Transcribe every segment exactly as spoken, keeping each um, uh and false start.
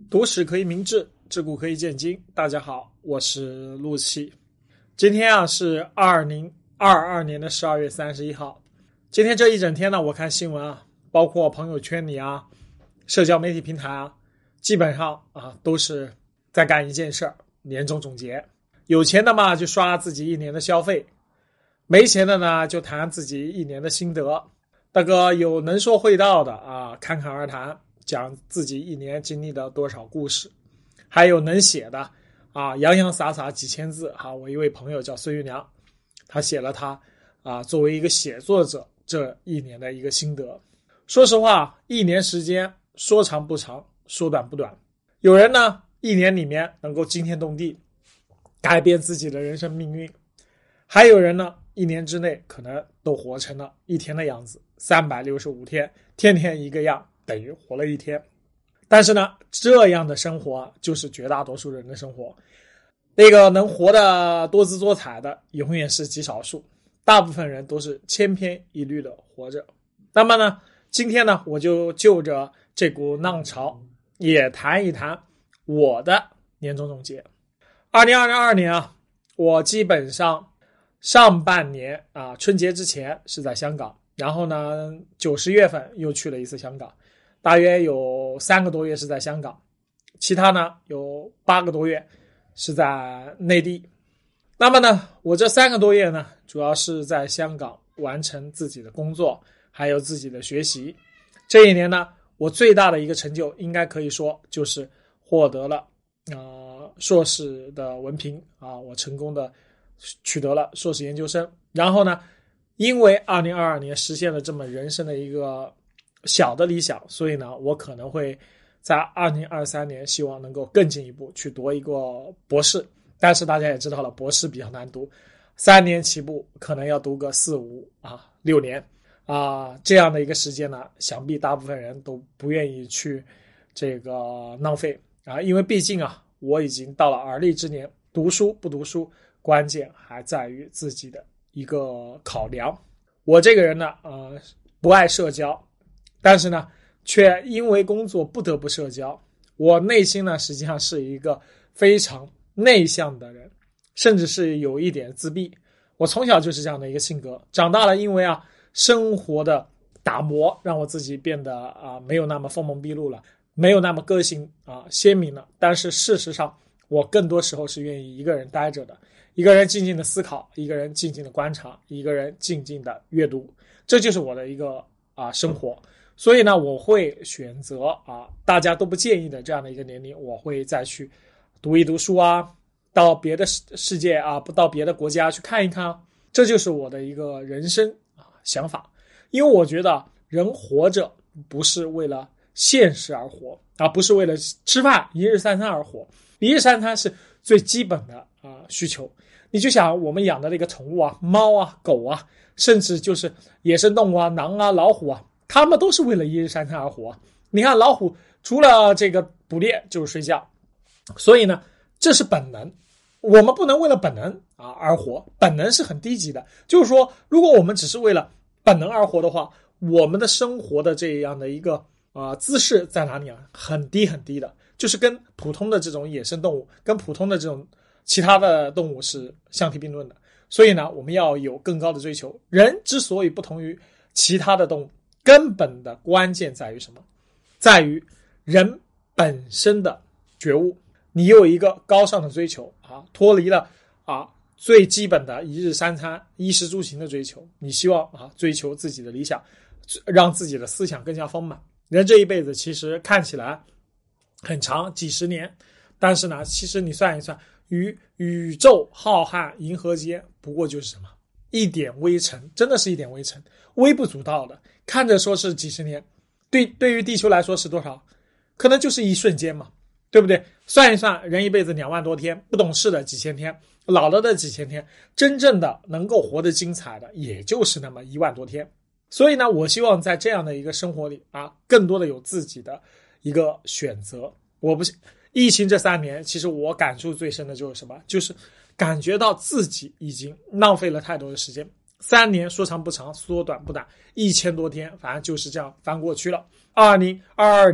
读史可以明志，知古可以鉴今。大家好，我是陆琪。今天啊是二零二二年的十二月三十一号。今天这一整天呢，我看新闻啊，包括朋友圈里啊、社交媒体平台啊，基本上啊都是在干一件事儿，年终总结。有钱的嘛就刷自己一年的消费，没钱的呢就谈自己一年的心得。那个有能说会道的啊，侃侃而谈，讲自己一年经历的多少故事，还有能写的啊，洋洋洒洒几千字哈、啊。我一位朋友叫孙玉良，他写了他啊作为一个写作者这一年的一个心得。说实话，一年时间说长不长，说短不短。有人呢一年里面能够惊天动地，改变自己的人生命运，还有人呢一年之内可能都活成了一天的样子，三百六十五天，天天一个样，等于活了一天。但是呢，这样的生活就是绝大多数人的生活。那个能活得多姿多彩的永远是极少数，大部分人都是千篇一律的活着。那么呢，今天呢，我就就着这股浪潮也谈一谈我的年终总结。二零二二年啊，我基本上上半年啊，春节之前是在香港，然后呢，九十月份又去了一次香港，大约有三个多月是在香港，其他呢有八个多月是在内地。那么呢，我这三个多月呢，主要是在香港完成自己的工作，还有自己的学习。这一年呢，我最大的一个成就，应该可以说就是获得了呃硕士的文凭啊，我成功的取得了硕士研究生。然后呢，因为二零二二年实现了这么人生的一个小的理想，所以呢，我可能会在二零二三年希望能够更进一步去读一个博士。但是大家也知道了，博士比较难读，三年起步，可能要读个四五啊六年啊，这样的一个时间呢，想必大部分人都不愿意去这个浪费啊，因为毕竟啊，我已经到了而立之年，读书不读书，关键还在于自己的一个考量。我这个人呢，呃，不爱社交，但是呢，却因为工作不得不社交。我内心呢，实际上是一个非常内向的人，甚至是有一点自闭。我从小就是这样的一个性格，长大了因为啊，生活的打磨让我自己变得啊没有那么锋芒毕露了，没有那么个性啊鲜明了。但是事实上，我更多时候是愿意一个人待着的，一个人静静的思考，一个人静静的观察，一个人静静的阅读，这就是我的一个啊生活。所以呢，我会选择啊大家都不建议的这样的一个年龄，我会再去读一读书啊，到别的世界啊，不到别的国家去看一看啊，这就是我的一个人生啊想法。因为我觉得人活着不是为了现实而活啊，不是为了吃饭一日三餐而活，一日三餐是最基本的啊需求。你就想我们养的那个宠物啊，猫啊、狗啊，甚至就是野生动物啊，狼啊、老虎啊，它们都是为了一日三餐而活。你看老虎除了这个捕猎就是睡觉，所以呢，这是本能。我们不能为了本能啊而活，本能是很低级的。就是说，如果我们只是为了本能而活的话，我们的生活的这样的一个啊、呃、姿势在哪里啊？很低很低的，就是跟普通的这种野生动物，跟普通的这种其他的动物是相提并论的。所以呢，我们要有更高的追求。人之所以不同于其他的动物，根本的关键在于什么？在于人本身的觉悟。你有一个高尚的追求啊，脱离了啊最基本的一日三餐、衣食住行的追求，你希望啊追求自己的理想，让自己的思想更加丰满。人这一辈子其实看起来很长，几十年，但是呢，其实你算一算，于宇宙浩瀚银河间，不过就是什么一点微尘，真的是一点微尘，微不足道的。看着说是几十年，对对于地球来说是多少？可能就是一瞬间嘛。对不对？算一算，人一辈子两万多天，不懂事的几千天，老了的几千天，真正的能够活得精彩的，也就是那么一万多天。所以呢，我希望在这样的一个生活里啊，更多的有自己的一个选择。我不疫情这三年，其实我感触最深的就是什么？就是感觉到自己已经浪费了太多的时间。三年说长不长，说短不短，一千多天，反正就是这样翻过去了。二零二二年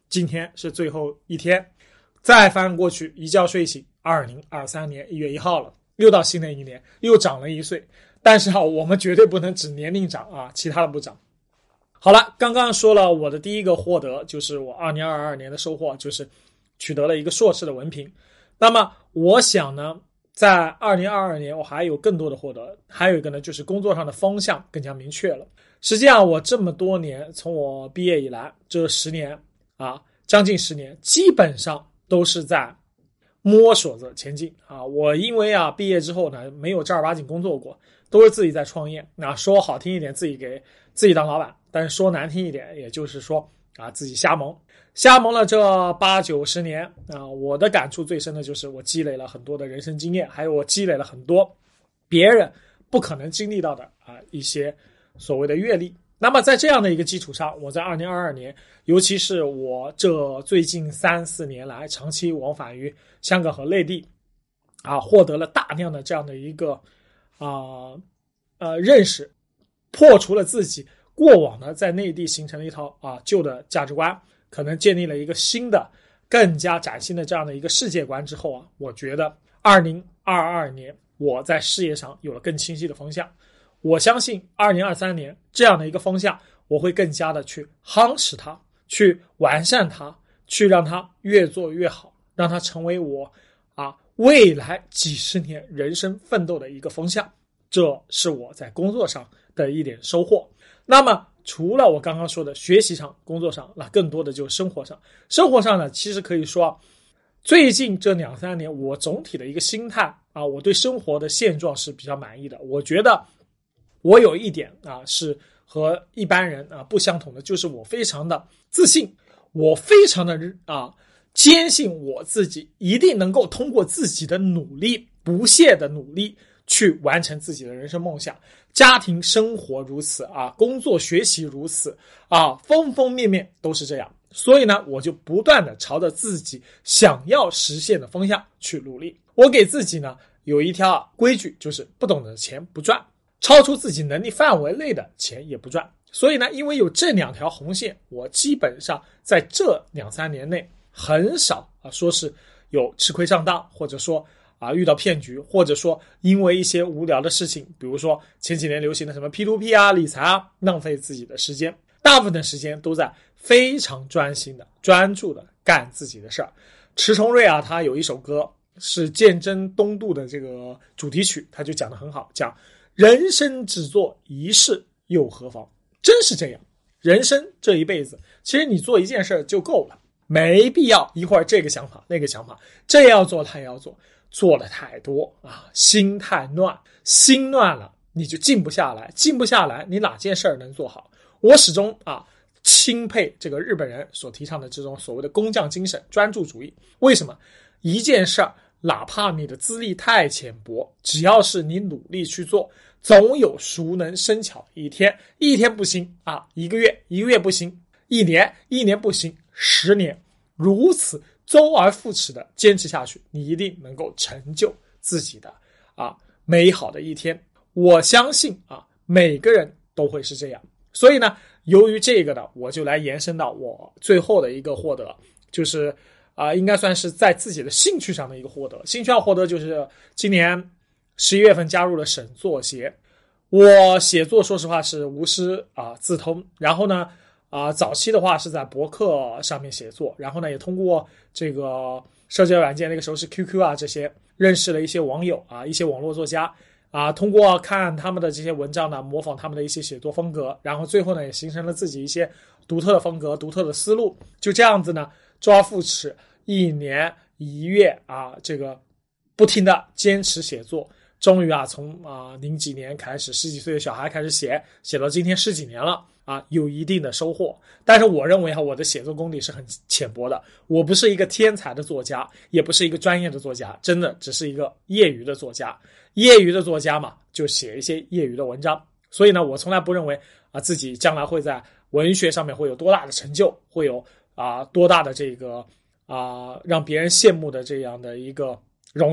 今天是最后一天，再翻过去，一觉睡醒，二零二三年一月一号了，又到新的一年，又长了一岁。但是啊，我们绝对不能只年龄长啊，其他的不长。好了，刚刚说了我的第一个获得，就是我二零二二年的收获，就是取得了一个硕士的文凭。那么我想呢，在二零二二年我还有更多的获得，还有一个呢，就是工作上的方向更加明确了。实际上我这么多年，从我毕业以来，这十年啊，将近十年，基本上都是在摸索着前进啊。我因为啊毕业之后呢，没有正儿八经工作过，都是自己在创业。那说好听一点，自己给自己当老板，但是说难听一点，也就是说啊自己瞎蒙。瞎蒙了这八九十年啊，我的感触最深的就是我积累了很多的人生经验，还有我积累了很多别人不可能经历到的啊一些所谓的阅历。那么在这样的一个基础上，我在二零二二年，尤其是我这最近三四年来长期往返于香港和内地啊，获得了大量的这样的一个啊呃认识，破除了自己过往呢在内地形成了一套啊旧的价值观，可能建立了一个新的更加崭新的这样的一个世界观之后啊，我觉得二零二二年我在事业上有了更清晰的方向。我相信二零二三年这样的一个方向，我会更加的去夯实它，去完善它，去让它越做越好，让它成为我啊未来几十年人生奋斗的一个方向。这是我在工作上的一点收获。那么除了我刚刚说的学习上、工作上，那更多的就是生活上。生活上呢，其实可以说最近这两三年我总体的一个心态啊，我对生活的现状是比较满意的。我觉得我有一点啊是和一般人啊不相同的，就是我非常的自信，我非常的啊坚信我自己一定能够通过自己的努力，不懈的努力去完成自己的人生梦想。家庭生活如此啊，工作学习如此啊，方方面面都是这样。所以呢，我就不断的朝着自己想要实现的方向去努力。我给自己呢有一条规矩，就是不懂的钱不赚，超出自己能力范围内的钱也不赚。所以呢，因为有这两条红线，我基本上在这两三年内很少啊说是有吃亏上当，或者说啊遇到骗局，或者说因为一些无聊的事情，比如说前几年流行的什么 P to P 啊、理财啊，浪费自己的时间。大部分的时间都在非常专心的、专注的干自己的事儿。迟重瑞啊，他有一首歌是《鉴真东渡》的这个主题曲，他就讲得很好，讲人生只做一事又何妨？真是这样，人生这一辈子，其实你做一件事就够了，没必要一会儿这个想法那个想法，这也要做那也要做，做的太多啊，心太乱，心乱了你就静不下来，静不下来你哪件事能做好？我始终啊钦佩这个日本人所提倡的这种所谓的工匠精神、专注主义。为什么？一件事儿哪怕你的资历太浅薄，只要是你努力去做，总有熟能生巧一天。一天不行啊，一个月，一个月不行，一年，一年不行，十年，如此周而复始的坚持下去，你一定能够成就自己的啊美好的一天。我相信啊，每个人都会是这样。所以呢，由于这个呢，我就来延伸到我最后的一个获得，就是啊、呃，应该算是在自己的兴趣上的一个获得。兴趣上获得就是今年十一月份加入了省作协。我写作说实话是无师啊、呃、自通，然后呢啊、呃、早期的话是在博客上面写作，然后呢也通过这个社交软件，那个时候是 Q Q 啊这些，认识了一些网友啊，一些网络作家。啊，通过看他们的这些文章呢，模仿他们的一些写作风格，然后最后呢，也形成了自己一些独特的风格、独特的思路。就这样子呢，周而复始，一年一月啊，这个不停的坚持写作，终于啊，从啊零几年开始，十几岁的小孩开始写，写到今天十几年了啊，有一定的收获。但是我认为哈，我的写作功底是很浅薄的，我不是一个天才的作家，也不是一个专业的作家，真的只是一个业余的作家。业余的作家嘛，就写一些业余的文章。所以呢，我从来不认为啊自己将来会在文学上面会有多大的成就，会有啊多大的这个啊让别人羡慕的这样的一个荣誉。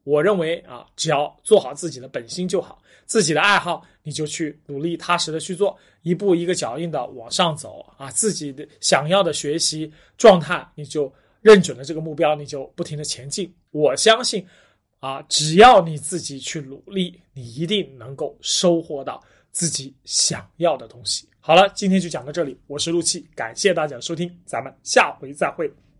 我认为啊，只要做好自己的本心就好，自己的爱好你就去努力踏实的去做，一步一个脚印的往上走啊，自己的想要的学习状态你就认准了这个目标，你就不停的前进。我相信啊，只要你自己去努力，你一定能够收获到自己想要的东西。好了，今天就讲到这里，我是陆气，感谢大家的收听，咱们下回再会。